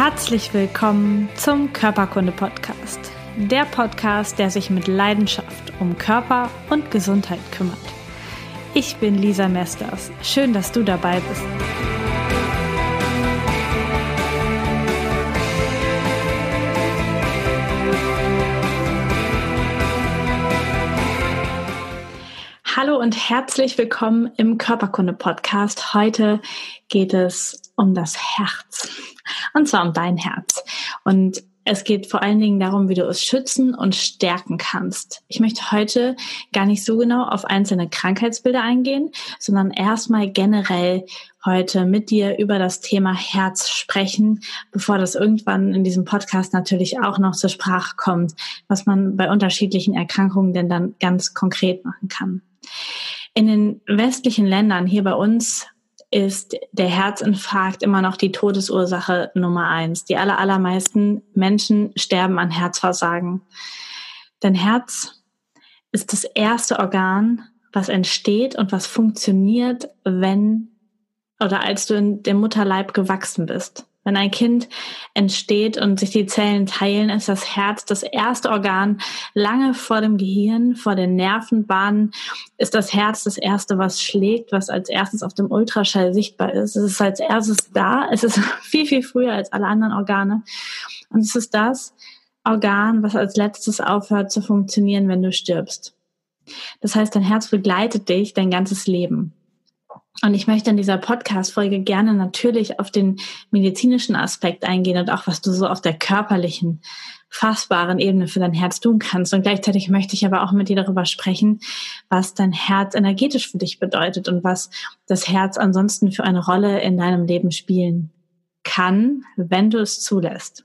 Herzlich willkommen zum Körperkunde-Podcast. Der Podcast, der sich mit Leidenschaft um Körper und Gesundheit kümmert. Ich bin Lisa Mesters. Schön, dass du dabei bist. Hallo und herzlich willkommen im Körperkunde-Podcast. Heute geht es um das Herz. Und zwar um dein Herz. Und es geht vor allen Dingen darum, wie du es schützen und stärken kannst. Ich möchte heute gar nicht so genau auf einzelne Krankheitsbilder eingehen, sondern erstmal generell heute mit dir über das Thema Herz sprechen, bevor das irgendwann in diesem Podcast natürlich auch noch zur Sprache kommt, was man bei unterschiedlichen Erkrankungen denn dann ganz konkret machen kann. In den westlichen Ländern, hier bei uns, ist der Herzinfarkt immer noch die Todesursache Nummer 1. Die allermeisten Menschen sterben an Herzversagen. Dein Herz ist das erste Organ, was entsteht und was funktioniert, als du in dem Mutterleib gewachsen bist. Wenn ein Kind entsteht und sich die Zellen teilen, ist das Herz das erste Organ. Lange vor dem Gehirn, vor den Nervenbahnen ist das Herz das erste, was schlägt, was als erstes auf dem Ultraschall sichtbar ist. Es ist als erstes da. Es ist viel, viel früher als alle anderen Organe. Und es ist das Organ, was als letztes aufhört zu funktionieren, wenn du stirbst. Das heißt, dein Herz begleitet dich dein ganzes Leben. Und ich möchte in dieser Podcast-Folge gerne natürlich auf den medizinischen Aspekt eingehen und auch, was du so auf der körperlichen, fassbaren Ebene für dein Herz tun kannst. Und gleichzeitig möchte ich aber auch mit dir darüber sprechen, was dein Herz energetisch für dich bedeutet und was das Herz ansonsten für eine Rolle in deinem Leben spielen kann, wenn du es zulässt.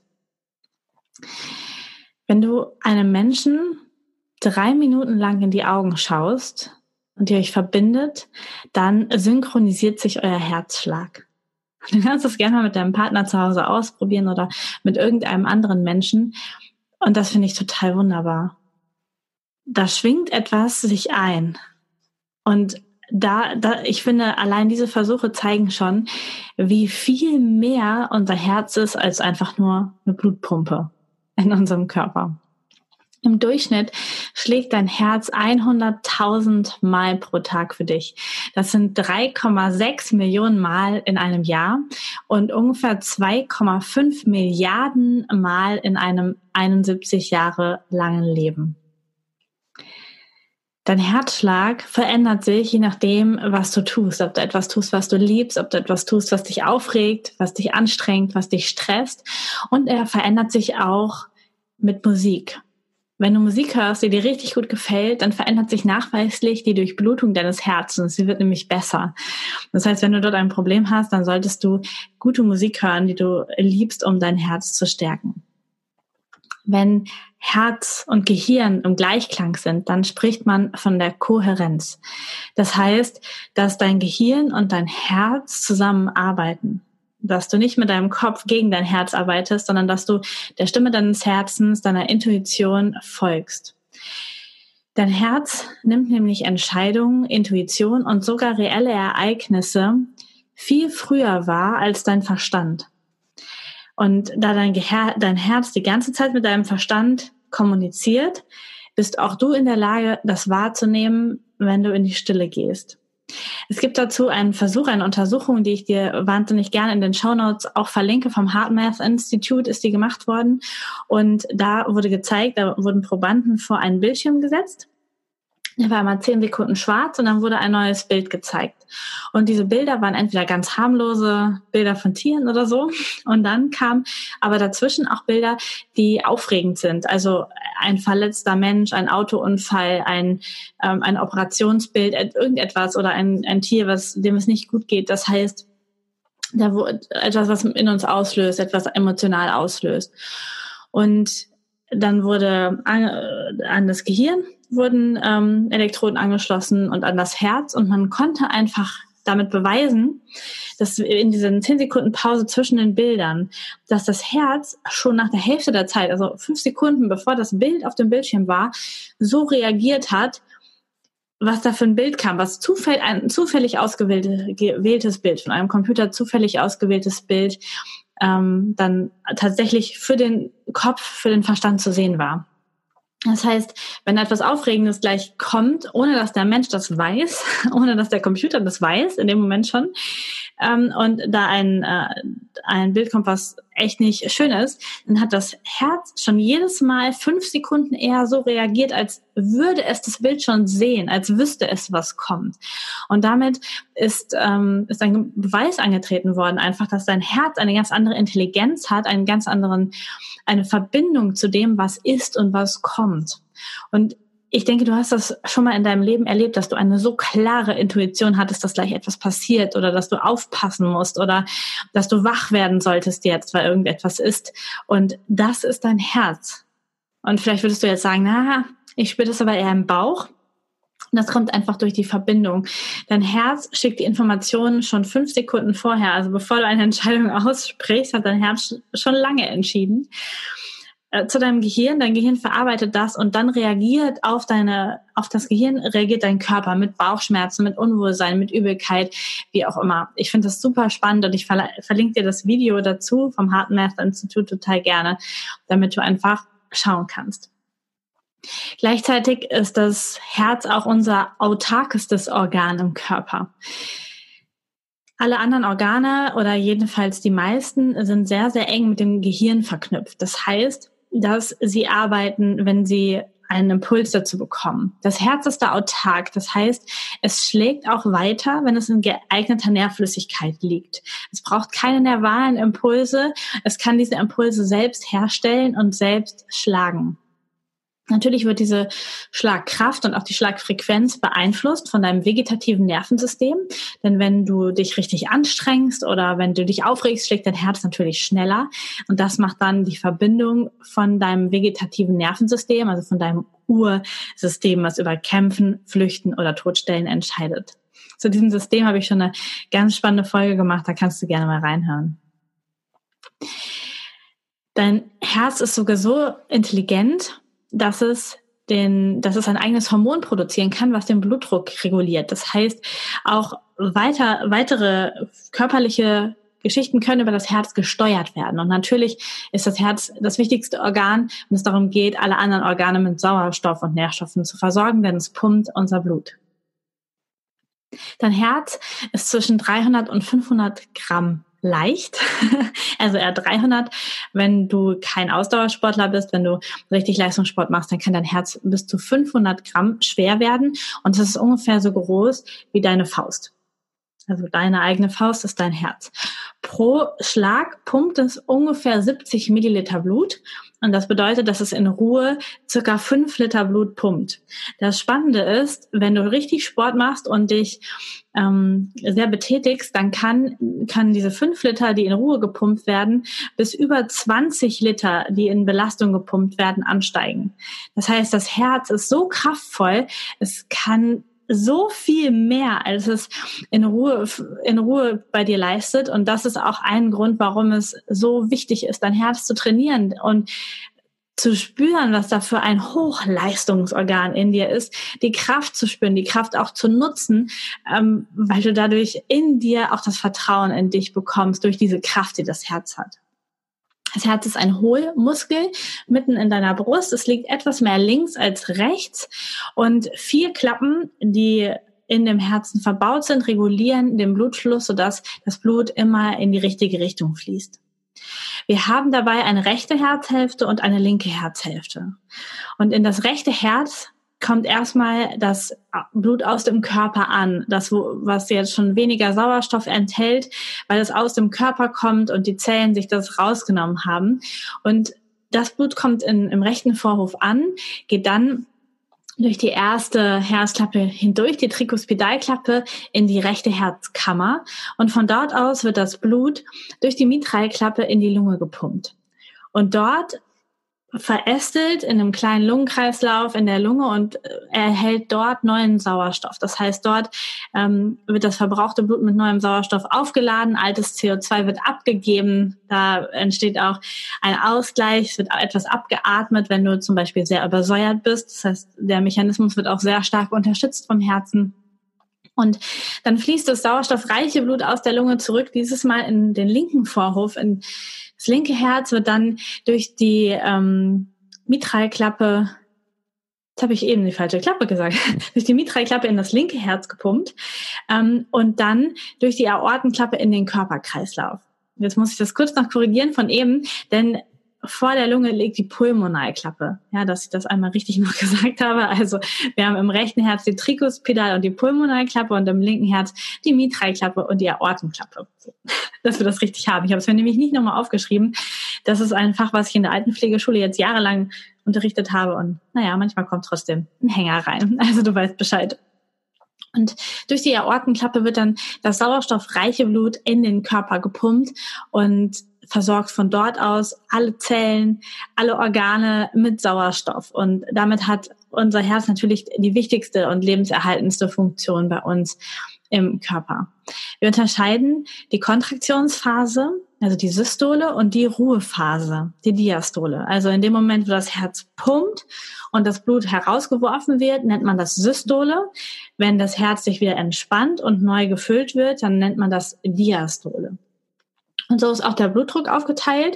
Wenn du einem Menschen 3 Minuten lang in die Augen schaust und ihr euch verbindet, dann synchronisiert sich euer Herzschlag. Du kannst das gerne mal mit deinem Partner zu Hause ausprobieren oder mit irgendeinem anderen Menschen. Und das finde ich total wunderbar. Da schwingt etwas sich ein. Und ich finde, allein diese Versuche zeigen schon, wie viel mehr unser Herz ist als einfach nur eine Blutpumpe in unserem Körper. Im Durchschnitt schlägt dein Herz 100.000 Mal pro Tag für dich. Das sind 3,6 Millionen Mal in einem Jahr und ungefähr 2,5 Milliarden Mal in einem 71 Jahre langen Leben. Dein Herzschlag verändert sich je nachdem, was du tust. Ob du etwas tust, was du liebst, ob du etwas tust, was dich aufregt, was dich anstrengt, was dich stresst. Und er verändert sich auch mit Musik. Wenn du Musik hörst, die dir richtig gut gefällt, dann verändert sich nachweislich die Durchblutung deines Herzens. Sie wird nämlich besser. Das heißt, wenn du dort ein Problem hast, dann solltest du gute Musik hören, die du liebst, um dein Herz zu stärken. Wenn Herz und Gehirn im Gleichklang sind, dann spricht man von der Kohärenz. Das heißt, dass dein Gehirn und dein Herz zusammenarbeiten. Dass du nicht mit deinem Kopf gegen dein Herz arbeitest, sondern dass du der Stimme deines Herzens, deiner Intuition folgst. Dein Herz nimmt nämlich Entscheidungen, Intuition und sogar reelle Ereignisse viel früher wahr als dein Verstand. Und da dein Herz die ganze Zeit mit deinem Verstand kommuniziert, bist auch du in der Lage, das wahrzunehmen, wenn du in die Stille gehst. Es gibt dazu einen Versuch, eine Untersuchung, die ich dir wahnsinnig gerne in den Shownotes auch verlinke. Vom HeartMath Institute ist die gemacht worden. Und da wurde gezeigt, da wurden Probanden vor einen Bildschirm gesetzt. Der war mal 10 Sekunden schwarz und dann wurde ein neues Bild gezeigt. Und diese Bilder waren entweder ganz harmlose Bilder von Tieren oder so. Und dann kamen aber dazwischen auch Bilder, die aufregend sind. Also ein verletzter Mensch, ein Autounfall, ein Operationsbild, irgendetwas oder ein Tier, dem es nicht gut geht. Das heißt, da wurde etwas, was in uns auslöst, etwas emotional auslöst. Und dann wurde an das Gehirn wurden Elektroden angeschlossen und an das Herz und man konnte einfach damit beweisen, dass in diesen 10 Sekunden Pause zwischen den Bildern, dass das Herz schon nach der Hälfte der Zeit, also 5 Sekunden bevor das Bild auf dem Bildschirm war, so reagiert hat, was da für ein Bild kam, was ein zufällig ausgewähltes Bild, von einem Computer zufällig ausgewähltes Bild, dann tatsächlich für den Kopf, für den Verstand zu sehen war. Das heißt, wenn etwas Aufregendes gleich kommt, ohne dass der Mensch das weiß, ohne dass der Computer das weiß, in dem Moment schon, und da ein Bild kommt, was echt nicht schön ist, dann hat das Herz schon jedes Mal 5 Sekunden eher so reagiert, als würde es das Bild schon sehen, als wüsste es, was kommt. Und damit ist ein Beweis angetreten worden, einfach, dass dein Herz eine ganz andere Intelligenz hat, eine Verbindung zu dem, was ist und was kommt. Und ich denke, du hast das schon mal in deinem Leben erlebt, dass du eine so klare Intuition hattest, dass gleich etwas passiert oder dass du aufpassen musst oder dass du wach werden solltest jetzt, weil irgendetwas ist. Und das ist dein Herz. Und vielleicht würdest du jetzt sagen, ich spüre das aber eher im Bauch. Und das kommt einfach durch die Verbindung. Dein Herz schickt die Informationen schon 5 Sekunden vorher. Also bevor du eine Entscheidung aussprichst, hat dein Herz schon lange entschieden. Zu deinem Gehirn. Dein Gehirn verarbeitet das und dann reagiert auf das Gehirn reagiert dein Körper mit Bauchschmerzen, mit Unwohlsein, mit Übelkeit, wie auch immer. Ich finde das super spannend und ich verlinke dir das Video dazu vom Heart Math Institute total gerne, damit du einfach schauen kannst. Gleichzeitig ist das Herz auch unser autarkestes Organ im Körper. Alle anderen Organe oder jedenfalls die meisten sind sehr, sehr eng mit dem Gehirn verknüpft. Das heißt, dass sie arbeiten, wenn sie einen Impuls dazu bekommen. Das Herz ist da autark. Das heißt, es schlägt auch weiter, wenn es in geeigneter Nährflüssigkeit liegt. Es braucht keine nervalen Impulse. Es kann diese Impulse selbst herstellen und selbst schlagen. Natürlich wird diese Schlagkraft und auch die Schlagfrequenz beeinflusst von deinem vegetativen Nervensystem. Denn wenn du dich richtig anstrengst oder wenn du dich aufregst, schlägt dein Herz natürlich schneller. Und das macht dann die Verbindung von deinem vegetativen Nervensystem, also von deinem Ursystem, was über Kämpfen, Flüchten oder Todstellen entscheidet. Zu diesem System habe ich schon eine ganz spannende Folge gemacht, da kannst du gerne mal reinhören. Dein Herz ist sogar so intelligent, dass es ein eigenes Hormon produzieren kann, was den Blutdruck reguliert. Das heißt, auch weitere körperliche Geschichten können über das Herz gesteuert werden. Und natürlich ist das Herz das wichtigste Organ, wenn es darum geht, alle anderen Organe mit Sauerstoff und Nährstoffen zu versorgen, denn es pumpt unser Blut. Dein Herz ist zwischen 300 und 500 Gramm leicht, also eher 300. Wenn du kein Ausdauersportler bist, wenn du richtig Leistungssport machst, dann kann dein Herz bis zu 500 Gramm schwer werden und das ist ungefähr so groß wie deine Faust. Also deine eigene Faust ist dein Herz. Pro Schlag pumpt es ungefähr 70 Milliliter Blut und das bedeutet, dass es in Ruhe circa 5 Liter Blut pumpt. Das Spannende ist, wenn du richtig Sport machst und dich sehr betätigst, dann kann diese 5 Liter, die in Ruhe gepumpt werden, bis über 20 Liter, die in Belastung gepumpt werden, ansteigen. Das heißt, das Herz ist so kraftvoll, es kann so viel mehr, als es in Ruhe bei dir leistet. Und das ist auch ein Grund, warum es so wichtig ist, dein Herz zu trainieren und zu spüren, was da für ein Hochleistungsorgan in dir ist, die Kraft zu spüren, die Kraft auch zu nutzen, weil du dadurch in dir auch das Vertrauen in dich bekommst, durch diese Kraft, die das Herz hat. Das Herz ist ein Hohlmuskel mitten in deiner Brust. Es liegt etwas mehr links als rechts und 4 Klappen, die in dem Herzen verbaut sind, regulieren den Blutfluss, sodass das Blut immer in die richtige Richtung fließt. Wir haben dabei eine rechte Herzhälfte und eine linke Herzhälfte. Und in das rechte Herz kommt erstmal das Blut aus dem Körper an, das, was jetzt schon weniger Sauerstoff enthält, weil es aus dem Körper kommt und die Zellen sich das rausgenommen haben. Und das Blut kommt im rechten Vorhof an, geht dann durch die erste Herzklappe hindurch, die Trikospidalklappe, in die rechte Herzkammer. Und von dort aus wird das Blut durch die Mitralklappe in die Lunge gepumpt. Und dort verästelt in einem kleinen Lungenkreislauf in der Lunge und erhält dort neuen Sauerstoff. Das heißt, dort wird das verbrauchte Blut mit neuem Sauerstoff aufgeladen, altes CO2 wird abgegeben, da entsteht auch ein Ausgleich, es wird etwas abgeatmet, wenn du zum Beispiel sehr übersäuert bist. Das heißt, der Mechanismus wird auch sehr stark unterstützt vom Herzen. Und dann fließt das sauerstoffreiche Blut aus der Lunge zurück, dieses Mal in den linken Vorhof. Das linke Herz wird dann durch die Mitralklappe, jetzt habe ich eben die falsche Klappe gesagt, durch die Mitralklappe in das linke Herz gepumpt und dann durch die Aortenklappe in den Körperkreislauf. Jetzt muss ich das kurz noch korrigieren von eben, denn vor der Lunge liegt die Pulmonalklappe. Ja, dass ich das einmal richtig noch gesagt habe. Also wir haben im rechten Herz die Trikuspedal und die Pulmonalklappe und im linken Herz die Mitralklappe und die Aortenklappe. Dass wir das richtig haben. Ich habe es mir nämlich nicht nochmal aufgeschrieben. Das ist ein Fach, was ich in der Altenpflegeschule jetzt jahrelang unterrichtet habe. Und manchmal kommt trotzdem ein Hänger rein. Also du weißt Bescheid. Und durch die Aortenklappe wird dann das sauerstoffreiche Blut in den Körper gepumpt und versorgt von dort aus alle Zellen, alle Organe mit Sauerstoff. Und damit hat unser Herz natürlich die wichtigste und lebenserhaltendste Funktion bei uns im Körper. Wir unterscheiden die Kontraktionsphase, also die Systole, und die Ruhephase, die Diastole. Also in dem Moment, wo das Herz pumpt und das Blut herausgeworfen wird, nennt man das Systole. Wenn das Herz sich wieder entspannt und neu gefüllt wird, dann nennt man das Diastole. Und so ist auch der Blutdruck aufgeteilt.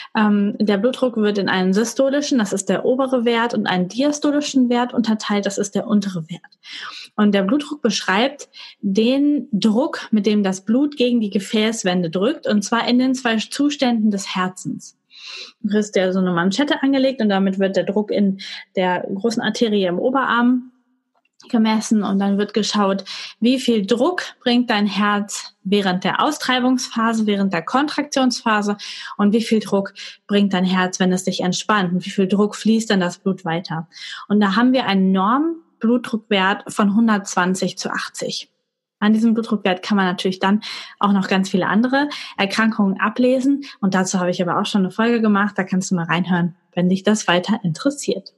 Der Blutdruck wird in einen systolischen, das ist der obere Wert, und einen diastolischen Wert unterteilt, das ist der untere Wert. Und der Blutdruck beschreibt den Druck, mit dem das Blut gegen die Gefäßwände drückt, und zwar in den 2 Zuständen des Herzens. Du hast ja so eine Manschette angelegt und damit wird der Druck in der großen Arterie im Oberarm gemessen und dann wird geschaut, wie viel Druck bringt dein Herz während der Austreibungsphase, während der Kontraktionsphase und wie viel Druck bringt dein Herz, wenn es sich entspannt und wie viel Druck fließt dann das Blut weiter. Und da haben wir einen Normblutdruckwert von 120/80. An diesem Blutdruckwert kann man natürlich dann auch noch ganz viele andere Erkrankungen ablesen und dazu habe ich aber auch schon eine Folge gemacht, da kannst du mal reinhören, wenn dich das weiter interessiert.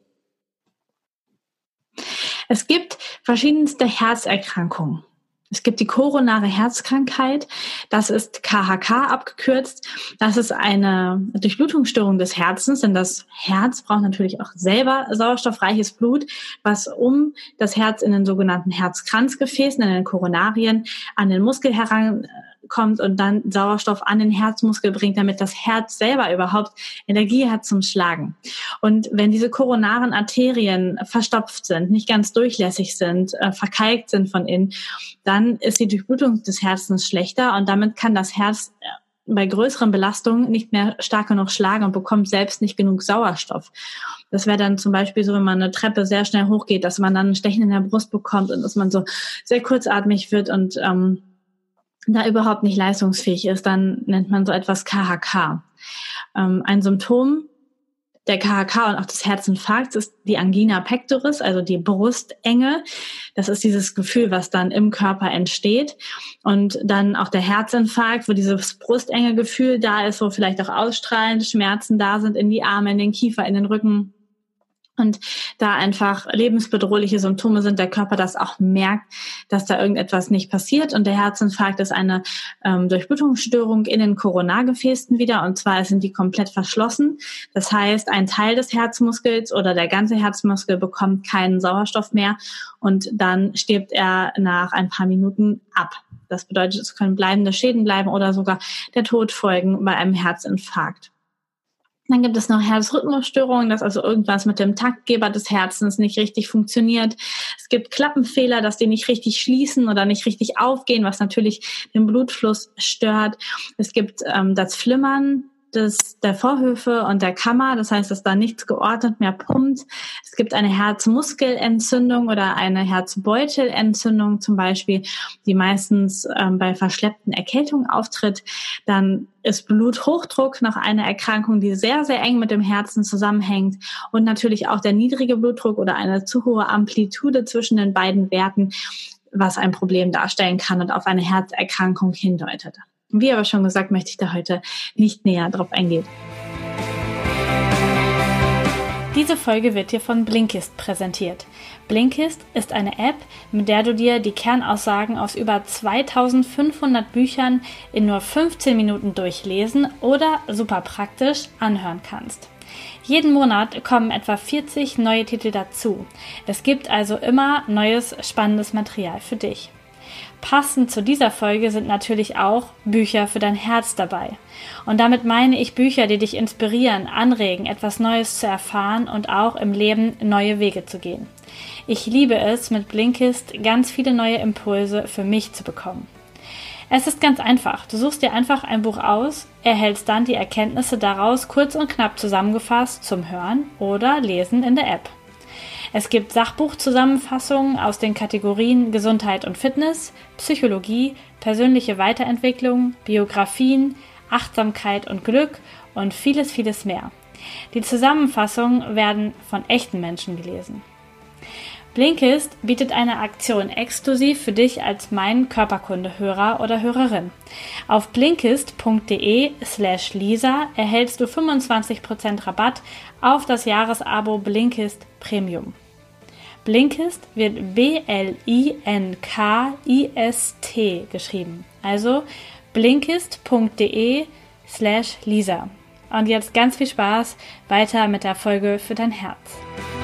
Es gibt verschiedenste Herzerkrankungen. Es gibt die koronare Herzkrankheit, das ist KHK abgekürzt. Das ist eine Durchblutungsstörung des Herzens, denn das Herz braucht natürlich auch selber sauerstoffreiches Blut, was um das Herz in den sogenannten Herzkranzgefäßen, in den Koronarien, an den Muskel herankommt und dann Sauerstoff an den Herzmuskel bringt, damit das Herz selber überhaupt Energie hat zum Schlagen. Und wenn diese koronaren Arterien verstopft sind, nicht ganz durchlässig sind, verkalkt sind von innen, dann ist die Durchblutung des Herzens schlechter und damit kann das Herz bei größeren Belastungen nicht mehr stark genug schlagen und bekommt selbst nicht genug Sauerstoff. Das wäre dann zum Beispiel so, wenn man eine Treppe sehr schnell hochgeht, dass man dann ein Stechen in der Brust bekommt und dass man so sehr kurzatmig wird und da überhaupt nicht leistungsfähig ist, dann nennt man so etwas KHK. Ein Symptom der KHK und auch des Herzinfarkts ist die Angina pectoris, also die Brustenge. Das ist dieses Gefühl, was dann im Körper entsteht. Und dann auch der Herzinfarkt, wo dieses brustenge Gefühl da ist, wo vielleicht auch ausstrahlende Schmerzen da sind in die Arme, in den Kiefer, in den Rücken. Und da einfach lebensbedrohliche Symptome sind, der Körper das auch merkt, dass da irgendetwas nicht passiert. Und der Herzinfarkt ist eine Durchblutungsstörung in den Koronargefäßen wieder. Und zwar sind die komplett verschlossen. Das heißt, ein Teil des Herzmuskels oder der ganze Herzmuskel bekommt keinen Sauerstoff mehr. Und dann stirbt er nach ein paar Minuten ab. Das bedeutet, es können bleibende Schäden bleiben oder sogar der Tod folgen bei einem Herzinfarkt. Dann gibt es noch Herzrhythmusstörungen, dass also irgendwas mit dem Taktgeber des Herzens nicht richtig funktioniert. Es gibt Klappenfehler, dass die nicht richtig schließen oder nicht richtig aufgehen, was natürlich den Blutfluss stört. Es gibt das Flimmern der Vorhöfe und der Kammer, das heißt, dass da nichts geordnet mehr pumpt. Es gibt eine Herzmuskelentzündung oder eine Herzbeutelentzündung zum Beispiel, die meistens bei verschleppten Erkältungen auftritt. Dann ist Bluthochdruck noch eine Erkrankung, die sehr, sehr eng mit dem Herzen zusammenhängt und natürlich auch der niedrige Blutdruck oder eine zu hohe Amplitude zwischen den beiden Werten, was ein Problem darstellen kann und auf eine Herzerkrankung hindeutet. Wie aber schon gesagt, möchte ich da heute nicht näher drauf eingehen. Diese Folge wird dir von Blinkist präsentiert. Blinkist ist eine App, mit der du dir die Kernaussagen aus über 2500 Büchern in nur 15 Minuten durchlesen oder super praktisch anhören kannst. Jeden Monat kommen etwa 40 neue Titel dazu. Es gibt also immer neues, spannendes Material für dich. Passend zu dieser Folge sind natürlich auch Bücher für dein Herz dabei. Und damit meine ich Bücher, die dich inspirieren, anregen, etwas Neues zu erfahren und auch im Leben neue Wege zu gehen. Ich liebe es, mit Blinkist ganz viele neue Impulse für mich zu bekommen. Es ist ganz einfach. Du suchst dir einfach ein Buch aus, erhältst dann die Erkenntnisse daraus kurz und knapp zusammengefasst zum Hören oder Lesen in der App. Es gibt Sachbuchzusammenfassungen aus den Kategorien Gesundheit und Fitness, Psychologie, persönliche Weiterentwicklung, Biografien, Achtsamkeit und Glück und vieles, vieles mehr. Die Zusammenfassungen werden von echten Menschen gelesen. Blinkist bietet eine Aktion exklusiv für dich als mein Körperkunde-Hörer oder Hörerin. Auf blinkist.de/Lisa erhältst du 25% Rabatt auf das Jahresabo Blinkist Premium. Blinkist wird Blinkist geschrieben, also blinkist.de/Lisa. Und jetzt ganz viel Spaß weiter mit der Folge für dein Herz.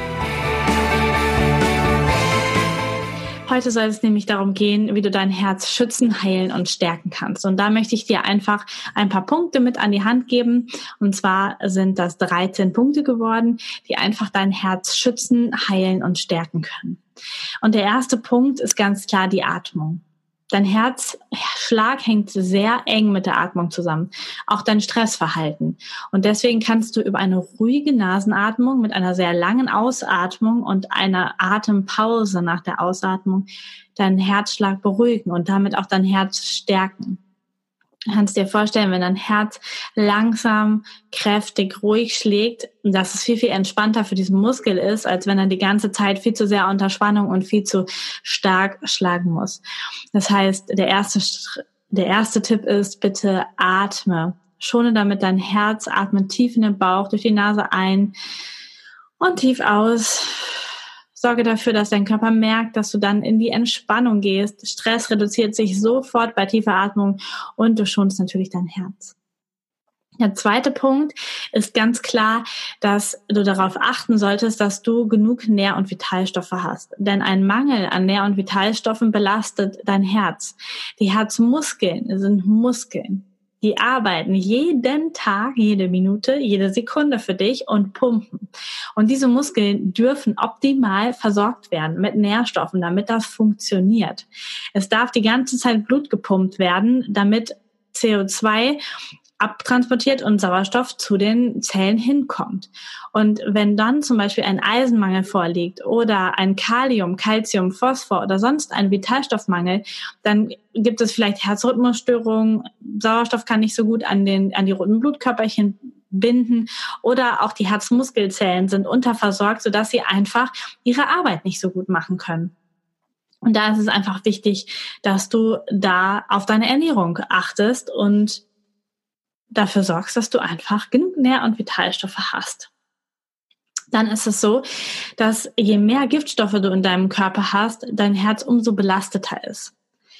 Heute soll es nämlich darum gehen, wie du dein Herz schützen, heilen und stärken kannst. Und da möchte ich dir einfach ein paar Punkte mit an die Hand geben. Und zwar sind das 13 Punkte geworden, die einfach dein Herz schützen, heilen und stärken können. Und der erste Punkt ist ganz klar die Atmung. Dein Herzschlag hängt sehr eng mit der Atmung zusammen, auch dein Stressverhalten. Und deswegen kannst du über eine ruhige Nasenatmung mit einer sehr langen Ausatmung und einer Atempause nach der Ausatmung deinen Herzschlag beruhigen und damit auch dein Herz stärken. Du kannst dir vorstellen, wenn dein Herz langsam, kräftig, ruhig schlägt, dass es viel, viel entspannter für diesen Muskel ist, als wenn er die ganze Zeit viel zu sehr unter Spannung und viel zu stark schlagen muss. Das heißt, der erste Tipp ist, bitte atme. Schone damit dein Herz, atme tief in den Bauch, durch die Nase ein und tief aus. Sorge dafür, dass dein Körper merkt, dass du dann in die Entspannung gehst. Stress reduziert sich sofort bei tiefer Atmung und du schonst natürlich dein Herz. Der zweite Punkt ist ganz klar, dass du darauf achten solltest, dass du genug Nähr- und Vitalstoffe hast. Denn ein Mangel an Nähr- und Vitalstoffen belastet dein Herz. Die Herzmuskeln sind Muskeln. Die arbeiten jeden Tag, jede Minute, jede Sekunde für dich und pumpen. Und diese Muskeln dürfen optimal versorgt werden mit Nährstoffen, damit das funktioniert. Es darf die ganze Zeit Blut gepumpt werden, damit CO2 abtransportiert und Sauerstoff zu den Zellen hinkommt. Und wenn dann zum Beispiel ein Eisenmangel vorliegt oder ein Kalium, Calcium, Phosphor oder sonst ein Vitalstoffmangel, dann gibt es vielleicht Herzrhythmusstörungen, Sauerstoff kann nicht so gut an die roten Blutkörperchen binden oder auch die Herzmuskelzellen sind unterversorgt, sodass sie einfach ihre Arbeit nicht so gut machen können. Und da ist es einfach wichtig, dass du da auf deine Ernährung achtest und dafür sorgst, dass du einfach genug Nähr- und Vitalstoffe hast. Dann ist es so, dass je mehr Giftstoffe du in deinem Körper hast, dein Herz umso belasteter ist.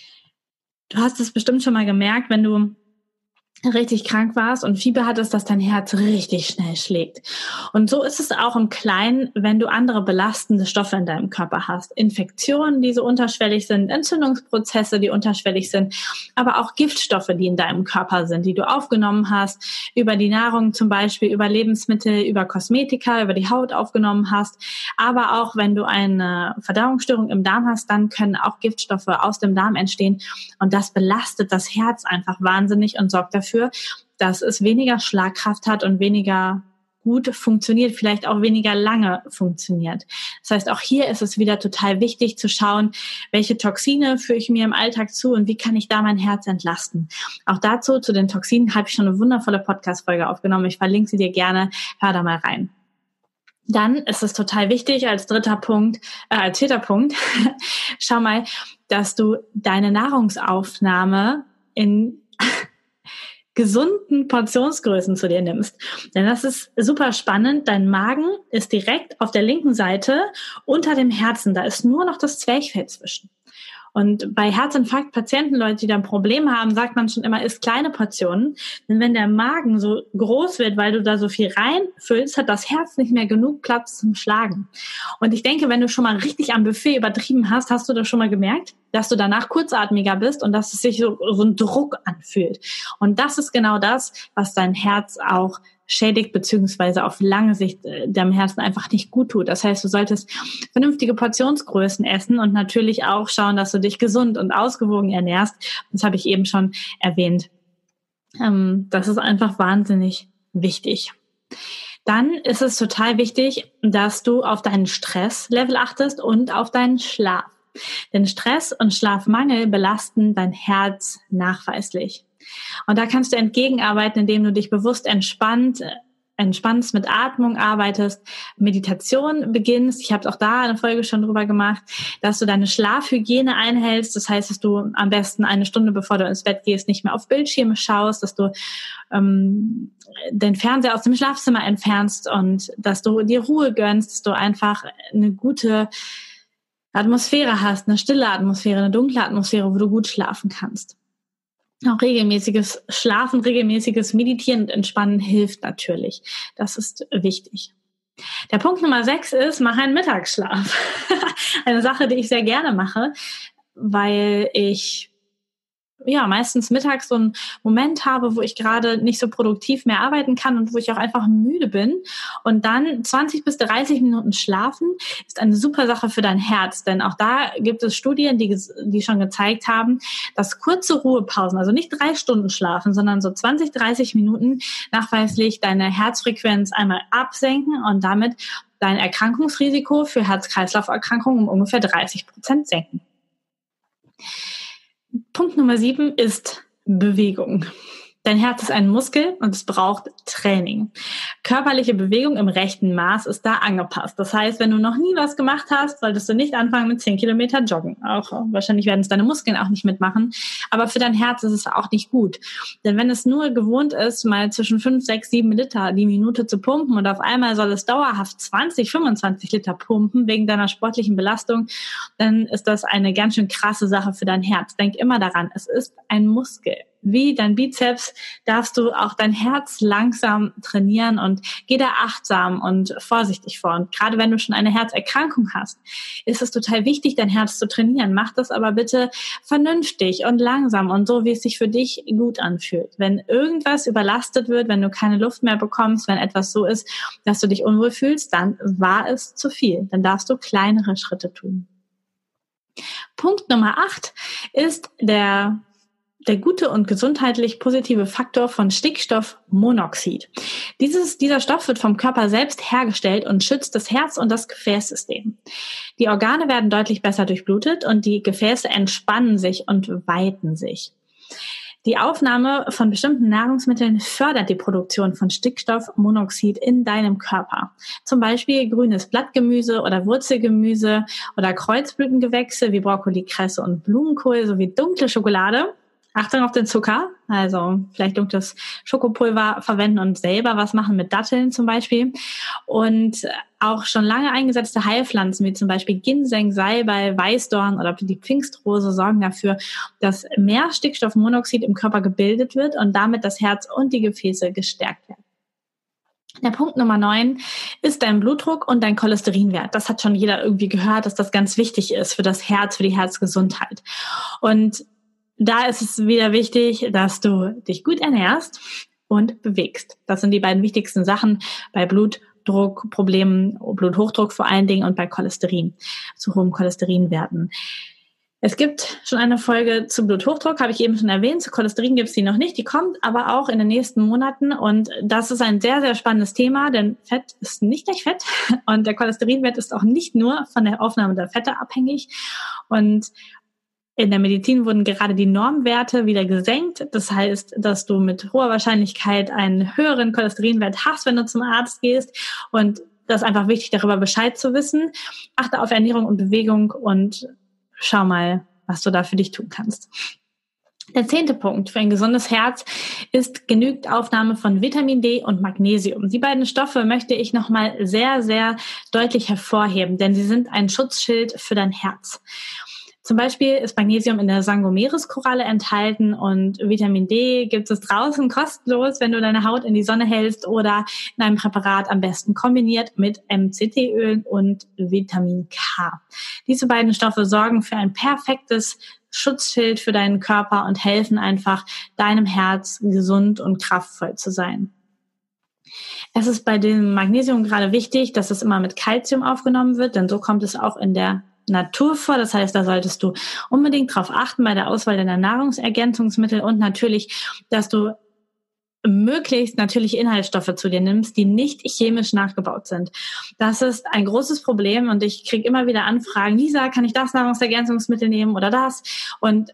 Du hast es bestimmt schon mal gemerkt, wenn du richtig krank warst und Fieber hattest, dass dein Herz richtig schnell schlägt. Und so ist es auch im Kleinen, wenn du andere belastende Stoffe in deinem Körper hast. Infektionen, die so unterschwellig sind, Entzündungsprozesse, die unterschwellig sind, aber auch Giftstoffe, die in deinem Körper sind, die du aufgenommen hast, über die Nahrung zum Beispiel, über Lebensmittel, über Kosmetika, über die Haut aufgenommen hast. Aber auch wenn du eine Verdauungsstörung im Darm hast, dann können auch Giftstoffe aus dem Darm entstehen. Und das belastet das Herz einfach wahnsinnig und sorgt dafür, dass es weniger Schlagkraft hat und weniger gut funktioniert, vielleicht auch weniger lange funktioniert. Das heißt, auch hier ist es wieder total wichtig zu schauen, welche Toxine führe ich mir im Alltag zu und wie kann ich da mein Herz entlasten. Auch dazu, zu den Toxinen, habe ich schon eine wundervolle Podcast-Folge aufgenommen. Ich verlinke sie dir gerne. Hör da mal rein. Dann ist es total wichtig als vierter Punkt, schau mal, dass du deine Nahrungsaufnahme in gesunden Portionsgrößen zu dir nimmst. Denn das ist super spannend. Dein Magen ist direkt auf der linken Seite unter dem Herzen. Da ist nur noch das Zwerchfell zwischen. Und bei Herzinfarkt-Patienten, Leute, die da ein Problem haben, sagt man schon immer, isst kleine Portionen. Denn wenn der Magen so groß wird, weil du da so viel reinfüllst, hat das Herz nicht mehr genug Platz zum Schlagen. Und ich denke, wenn du schon mal richtig am Buffet übertrieben hast, hast du das schon mal gemerkt, dass du danach kurzatmiger bist und dass es sich so ein Druck anfühlt. Und das ist genau das, was dein Herz auch schädigt, beziehungsweise auf lange Sicht deinem Herzen einfach nicht gut tut. Das heißt, du solltest vernünftige Portionsgrößen essen und natürlich auch schauen, dass du dich gesund und ausgewogen ernährst. Das habe ich eben schon erwähnt. Das ist einfach wahnsinnig wichtig. Dann ist es total wichtig, dass du auf deinen Stresslevel achtest und auf deinen Schlaf. Denn Stress und Schlafmangel belasten dein Herz nachweislich. Und da kannst du entgegenarbeiten, indem du dich bewusst entspannst, mit Atmung arbeitest, Meditation beginnst. Ich habe auch da eine Folge schon drüber gemacht, dass du deine Schlafhygiene einhältst. Das heißt, dass du am besten 1 Stunde, bevor du ins Bett gehst, nicht mehr auf Bildschirme schaust, dass du den Fernseher aus dem Schlafzimmer entfernst und dass du dir Ruhe gönnst, dass du einfach eine gute Atmosphäre hast, eine stille Atmosphäre, eine dunkle Atmosphäre, wo du gut schlafen kannst. Auch regelmäßiges Schlafen, regelmäßiges Meditieren und Entspannen hilft natürlich. Das ist wichtig. Der Punkt Nummer 6 ist, mach einen Mittagsschlaf. Eine Sache, die ich sehr gerne mache, weil ich meistens mittags so einen Moment habe, wo ich gerade nicht so produktiv mehr arbeiten kann und wo ich auch einfach müde bin. Und dann 20 bis 30 Minuten schlafen ist eine super Sache für dein Herz. Denn auch da gibt es Studien, die schon gezeigt haben, dass kurze Ruhepausen, also nicht 3 Stunden schlafen, sondern so 20, 30 Minuten nachweislich deine Herzfrequenz einmal absenken und damit dein Erkrankungsrisiko für Herz-Kreislauf-Erkrankungen um ungefähr 30% senken. Punkt Nummer 7 ist Bewegung. Dein Herz ist ein Muskel und es braucht Training. Körperliche Bewegung im rechten Maß ist da angepasst. Das heißt, wenn du noch nie was gemacht hast, solltest du nicht anfangen mit 10 Kilometer joggen. Auch wahrscheinlich werden es deine Muskeln auch nicht mitmachen. Aber für dein Herz ist es auch nicht gut. Denn wenn es nur gewohnt ist, mal zwischen 5, 6, 7 Liter die Minute zu pumpen und auf einmal soll es dauerhaft 20, 25 Liter pumpen wegen deiner sportlichen Belastung, dann ist das eine ganz schön krasse Sache für dein Herz. Denk immer daran, es ist ein Muskel. Wie dein Bizeps darfst du auch dein Herz langsam trainieren und geh da achtsam und vorsichtig vor. Und gerade wenn du schon eine Herzerkrankung hast, ist es total wichtig, dein Herz zu trainieren. Mach das aber bitte vernünftig und langsam und so, wie es sich für dich gut anfühlt. Wenn irgendwas überlastet wird, wenn du keine Luft mehr bekommst, wenn etwas so ist, dass du dich unwohl fühlst, dann war es zu viel. Dann darfst du kleinere Schritte tun. Punkt Nummer 8 ist der gute und gesundheitlich positive Faktor von Stickstoffmonoxid. Dieser Stoff wird vom Körper selbst hergestellt und schützt das Herz- und das Gefäßsystem. Die Organe werden deutlich besser durchblutet und die Gefäße entspannen sich und weiten sich. Die Aufnahme von bestimmten Nahrungsmitteln fördert die Produktion von Stickstoffmonoxid in deinem Körper. Zum Beispiel grünes Blattgemüse oder Wurzelgemüse oder Kreuzblütengewächse wie Brokkoli, Kresse und Blumenkohl sowie dunkle Schokolade. Achtung auf den Zucker, also vielleicht dunkles Schokopulver verwenden und selber was machen mit Datteln zum Beispiel. Und auch schon lange eingesetzte Heilpflanzen wie zum Beispiel Ginseng, Salbei, Weißdorn oder die Pfingstrose sorgen dafür, dass mehr Stickstoffmonoxid im Körper gebildet wird und damit das Herz und die Gefäße gestärkt werden. Der Punkt Nummer 9 ist dein Blutdruck und dein Cholesterinwert. Das hat schon jeder irgendwie gehört, dass das ganz wichtig ist für das Herz, für die Herzgesundheit. Und da ist es wieder wichtig, dass du dich gut ernährst und bewegst. Das sind die beiden wichtigsten Sachen bei Blutdruckproblemen, Bluthochdruck vor allen Dingen und bei Cholesterin, zu hohen Cholesterinwerten. Es gibt schon eine Folge zu Bluthochdruck, habe ich eben schon erwähnt. Zu Cholesterin gibt es die noch nicht. Die kommt aber auch in den nächsten Monaten. Und das ist ein sehr, sehr spannendes Thema, denn Fett ist nicht gleich Fett. Und der Cholesterinwert ist auch nicht nur von der Aufnahme der Fette abhängig. Und in der Medizin wurden gerade die Normwerte wieder gesenkt. Das heißt, dass du mit hoher Wahrscheinlichkeit einen höheren Cholesterinwert hast, wenn du zum Arzt gehst. Und das ist einfach wichtig, darüber Bescheid zu wissen. Achte auf Ernährung und Bewegung und schau mal, was du da für dich tun kannst. Der 10. Punkt für ein gesundes Herz ist genügend Aufnahme von Vitamin D und Magnesium. Die beiden Stoffe möchte ich nochmal sehr, sehr deutlich hervorheben, denn sie sind ein Schutzschild für dein Herz. Zum Beispiel ist Magnesium in der Sangomeres-Koralle enthalten und Vitamin D gibt es draußen kostenlos, wenn du deine Haut in die Sonne hältst oder in einem Präparat am besten kombiniert mit MCT-Öl und Vitamin K. Diese beiden Stoffe sorgen für ein perfektes Schutzschild für deinen Körper und helfen einfach, deinem Herz gesund und kraftvoll zu sein. Es ist bei dem Magnesium gerade wichtig, dass es immer mit Calcium aufgenommen wird, denn so kommt es auch in der Natur vor. Das heißt, da solltest du unbedingt darauf achten bei der Auswahl deiner Nahrungsergänzungsmittel und natürlich, dass du möglichst natürliche Inhaltsstoffe zu dir nimmst, die nicht chemisch nachgebaut sind. Das ist ein großes Problem und ich kriege immer wieder Anfragen, Lisa, kann ich das Nahrungsergänzungsmittel nehmen oder das? Und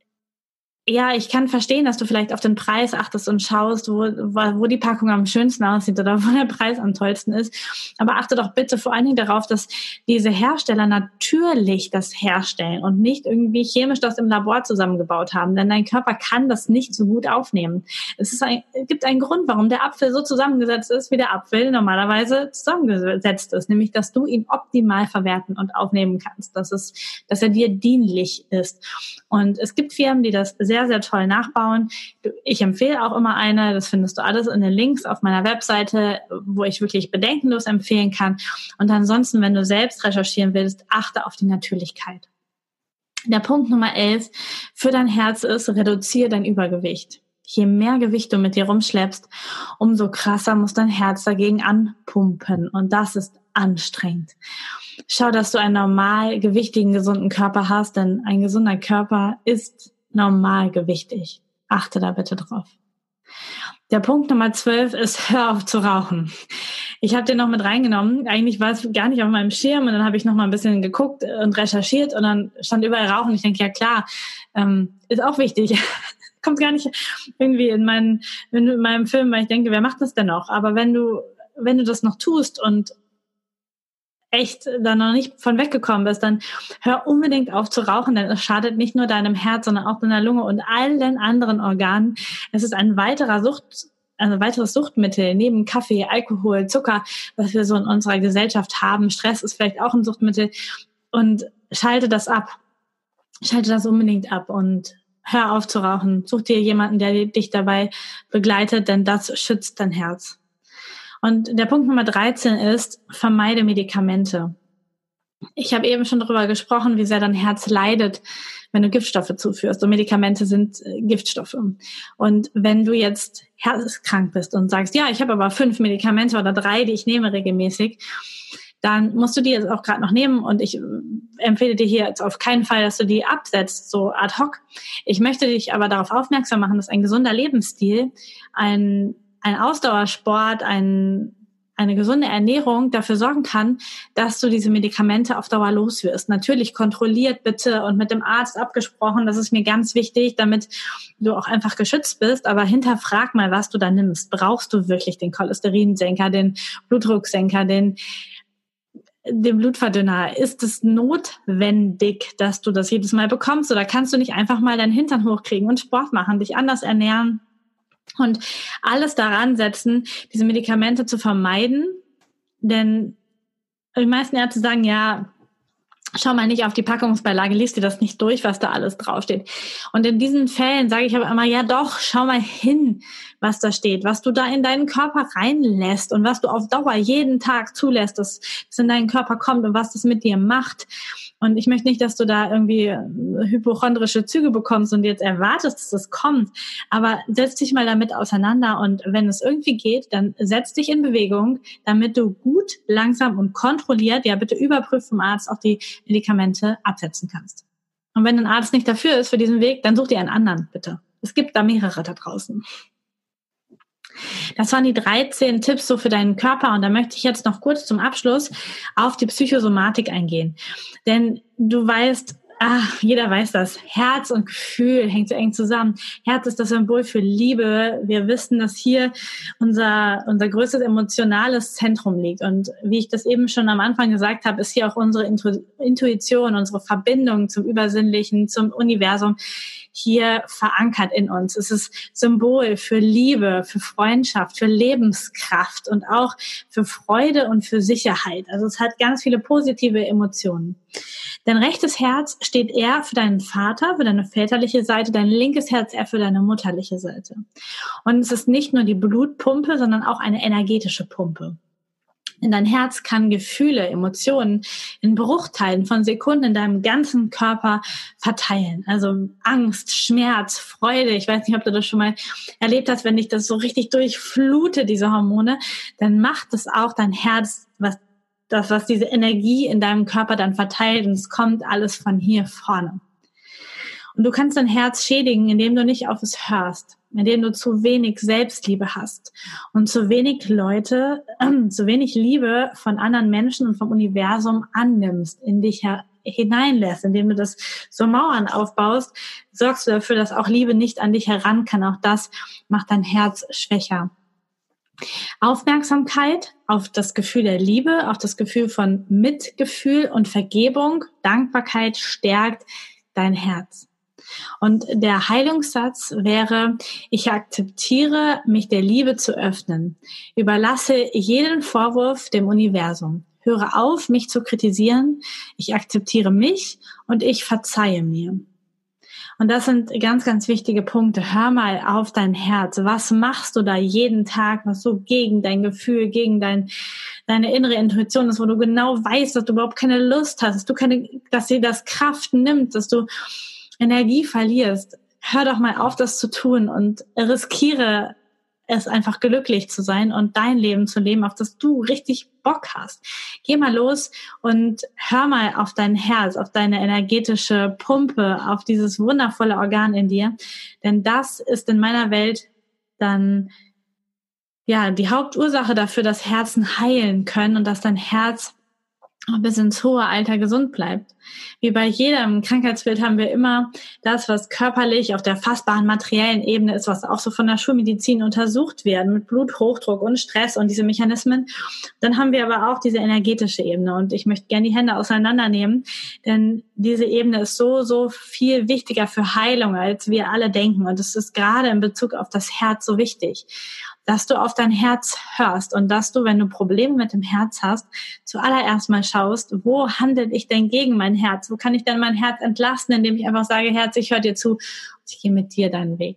ja, ich kann verstehen, dass du vielleicht auf den Preis achtest und schaust, wo die Packung am schönsten aussieht oder wo der Preis am tollsten ist. Aber achte doch bitte vor allen Dingen darauf, dass diese Hersteller natürlich das herstellen und nicht irgendwie chemisch das im Labor zusammengebaut haben. Denn dein Körper kann das nicht so gut aufnehmen. Es gibt einen Grund, warum der Apfel so zusammengesetzt ist, wie der Apfel normalerweise zusammengesetzt ist. Nämlich, dass du ihn optimal verwerten und aufnehmen kannst. Dass er dir dienlich ist. Und es gibt Firmen, die das sehr, sehr toll nachbauen. Ich empfehle auch immer eine, das findest du alles in den Links auf meiner Webseite, wo ich wirklich bedenkenlos empfehlen kann. Und ansonsten, wenn du selbst recherchieren willst, achte auf die Natürlichkeit. Der Punkt Nummer 11 für dein Herz ist, reduziere dein Übergewicht. Je mehr Gewicht du mit dir rumschleppst, umso krasser muss dein Herz dagegen anpumpen. Und das ist anstrengend. Schau, dass du einen normal gewichtigen, gesunden Körper hast, denn ein gesunder Körper ist normalgewichtig. Achte da bitte drauf. Der Punkt Nummer 12 ist, hör auf zu rauchen. Ich habe den noch mit reingenommen. Eigentlich war es gar nicht auf meinem Schirm und dann habe ich noch mal ein bisschen geguckt und recherchiert und dann stand überall Rauchen. Ich denke, ja klar, ist auch wichtig. Kommt gar nicht irgendwie in meinem Film, weil ich denke, wer macht das denn noch? Aber wenn du das noch tust und echt da noch nicht von weggekommen bist, dann hör unbedingt auf zu rauchen, denn es schadet nicht nur deinem Herz, sondern auch deiner Lunge und allen anderen Organen. Es ist ein weiteres Suchtmittel neben Kaffee, Alkohol, Zucker, was wir so in unserer Gesellschaft haben. Stress ist vielleicht auch ein Suchtmittel und schalte das ab. Schalte das unbedingt ab und hör auf zu rauchen. Such dir jemanden, der dich dabei begleitet, denn das schützt dein Herz. Und der Punkt Nummer 13 ist, vermeide Medikamente. Ich habe eben schon darüber gesprochen, wie sehr dein Herz leidet, wenn du Giftstoffe zuführst. Und Medikamente sind Giftstoffe. Und wenn du jetzt herzkrank bist und sagst, ja, ich habe aber 5 Medikamente oder 3, die ich nehme regelmäßig, dann musst du die jetzt auch gerade noch nehmen. Und ich empfehle dir hier jetzt auf keinen Fall, dass du die absetzt, so ad hoc. Ich möchte dich aber darauf aufmerksam machen, dass ein gesunder Lebensstil, ein Ausdauersport, eine gesunde Ernährung dafür sorgen kann, dass du diese Medikamente auf Dauer los wirst. Natürlich kontrolliert bitte und mit dem Arzt abgesprochen, das ist mir ganz wichtig, damit du auch einfach geschützt bist, aber hinterfrag mal, was du da nimmst. Brauchst du wirklich den Cholesterinsenker, den Blutdrucksenker, den Blutverdünner? Ist es notwendig, dass du das jedes Mal bekommst oder kannst du nicht einfach mal deinen Hintern hochkriegen und Sport machen, dich anders ernähren? Und alles daran setzen, diese Medikamente zu vermeiden, denn die meisten Ärzte sagen, ja, schau mal nicht auf die Packungsbeilage, liest dir das nicht durch, was da alles draufsteht. Und in diesen Fällen sage ich aber immer, ja doch, schau mal hin, was da steht, was du da in deinen Körper reinlässt und was du auf Dauer jeden Tag zulässt, dass in deinen Körper kommt und was das mit dir macht. Und ich möchte nicht, dass du da irgendwie hypochondrische Züge bekommst und jetzt erwartest, dass das kommt. Aber setz dich mal damit auseinander und wenn es irgendwie geht, dann setz dich in Bewegung, damit du gut, langsam und kontrolliert, ja bitte überprüft vom Arzt, auch die Medikamente absetzen kannst. Und wenn ein Arzt nicht dafür ist für diesen Weg, dann such dir einen anderen, bitte. Es gibt da mehrere da draußen. Das waren die 13 Tipps so für deinen Körper und da möchte ich jetzt noch kurz zum Abschluss auf die Psychosomatik eingehen. Denn du weißt, jeder weiß das, Herz und Gefühl hängt so eng zusammen. Herz ist das Symbol für Liebe. Wir wissen, dass hier unser größtes emotionales Zentrum liegt. Und wie ich das eben schon am Anfang gesagt habe, ist hier auch unsere Intuition, unsere Verbindung zum Übersinnlichen, zum Universum hier verankert in uns. Es ist Symbol für Liebe, für Freundschaft, für Lebenskraft und auch für Freude und für Sicherheit. Also es hat ganz viele positive Emotionen. Dein rechtes Herz steht eher für deinen Vater, für deine väterliche Seite, dein linkes Herz eher für deine mutterliche Seite. Und es ist nicht nur die Blutpumpe, sondern auch eine energetische Pumpe. In dein Herz kann Gefühle, Emotionen in Bruchteilen von Sekunden in deinem ganzen Körper verteilen. Also Angst, Schmerz, Freude. Ich weiß nicht, ob du das schon mal erlebt hast, wenn dich das so richtig durchflutet, diese Hormone, dann macht es auch dein Herz, was diese Energie in deinem Körper dann verteilt, und es kommt alles von hier vorne. Und du kannst dein Herz schädigen, indem du nicht auf es hörst, indem du zu wenig Selbstliebe hast und zu wenig Liebe von anderen Menschen und vom Universum annimmst, in dich hineinlässt, indem du das so Mauern aufbaust, sorgst du dafür, dass auch Liebe nicht an dich heran kann. Auch das macht dein Herz schwächer. Aufmerksamkeit auf das Gefühl der Liebe, auf das Gefühl von Mitgefühl und Vergebung, Dankbarkeit stärkt dein Herz. Und der Heilungssatz wäre: Ich akzeptiere, mich der Liebe zu öffnen. Überlasse jeden Vorwurf dem Universum. Höre auf, mich zu kritisieren. Ich akzeptiere mich und ich verzeihe mir. Und das sind ganz, ganz wichtige Punkte. Hör mal auf dein Herz. Was machst du da jeden Tag, was so gegen dein Gefühl, gegen deine innere Intuition ist, wo du genau weißt, dass du überhaupt keine Lust hast, dass dir das Kraft nimmt, dass du Energie verlierst? Hör doch mal auf, das zu tun, und riskiere es, einfach glücklich zu sein und dein Leben zu leben, auf das du richtig Bock hast. Geh mal los und hör mal auf dein Herz, auf deine energetische Pumpe, auf dieses wundervolle Organ in dir. Denn das ist in meiner Welt dann die Hauptursache dafür, dass Herzen heilen können und dass dein Herz bis ins hohe Alter gesund bleibt. Wie bei jedem Krankheitsbild haben wir immer das, was körperlich auf der fassbaren materiellen Ebene ist, was auch so von der Schulmedizin untersucht wird, mit Bluthochdruck und Stress und diese Mechanismen. Dann haben wir aber auch diese energetische Ebene, und ich möchte gerne die Hände auseinandernehmen, denn diese Ebene ist so, so viel wichtiger für Heilung, als wir alle denken, und es ist gerade in Bezug auf das Herz so wichtig, dass du auf dein Herz hörst und dass du, wenn du Probleme mit dem Herz hast, zuallererst mal schaust, wo handle ich denn gegen mein Herz? Wo kann ich denn mein Herz entlasten, indem ich einfach sage: Herz, ich höre dir zu und ich gehe mit dir deinen Weg.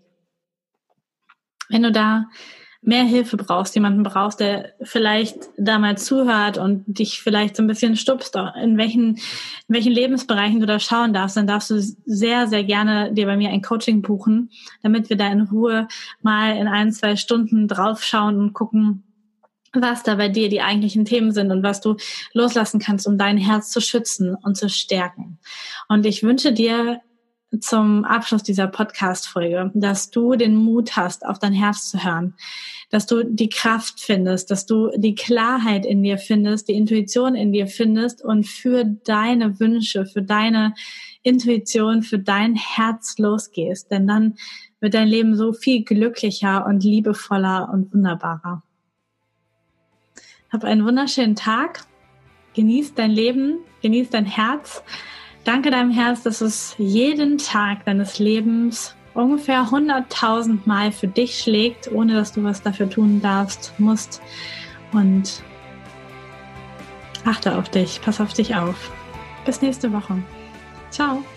Wenn du da mehr Hilfe brauchst, jemanden brauchst, der vielleicht da mal zuhört und dich vielleicht so ein bisschen stupst, in welchen Lebensbereichen du da schauen darfst, dann darfst du sehr, sehr gerne dir bei mir ein Coaching buchen, damit wir da in Ruhe mal in 1-2 Stunden draufschauen und gucken, was da bei dir die eigentlichen Themen sind und was du loslassen kannst, um dein Herz zu schützen und zu stärken. Und ich wünsche dir zum Abschluss dieser Podcast-Folge, dass du den Mut hast, auf dein Herz zu hören, dass du die Kraft findest, dass du die Klarheit in dir findest, die Intuition in dir findest und für deine Wünsche, für deine Intuition, für dein Herz losgehst. Denn dann wird dein Leben so viel glücklicher und liebevoller und wunderbarer. Hab einen wunderschönen Tag. Genieß dein Leben, genieß dein Herz. Danke deinem Herz, dass es jeden Tag deines Lebens ungefähr 100.000 Mal für dich schlägt, ohne dass du was dafür tun musst. Und achte auf dich, pass auf dich auf. Bis nächste Woche. Ciao.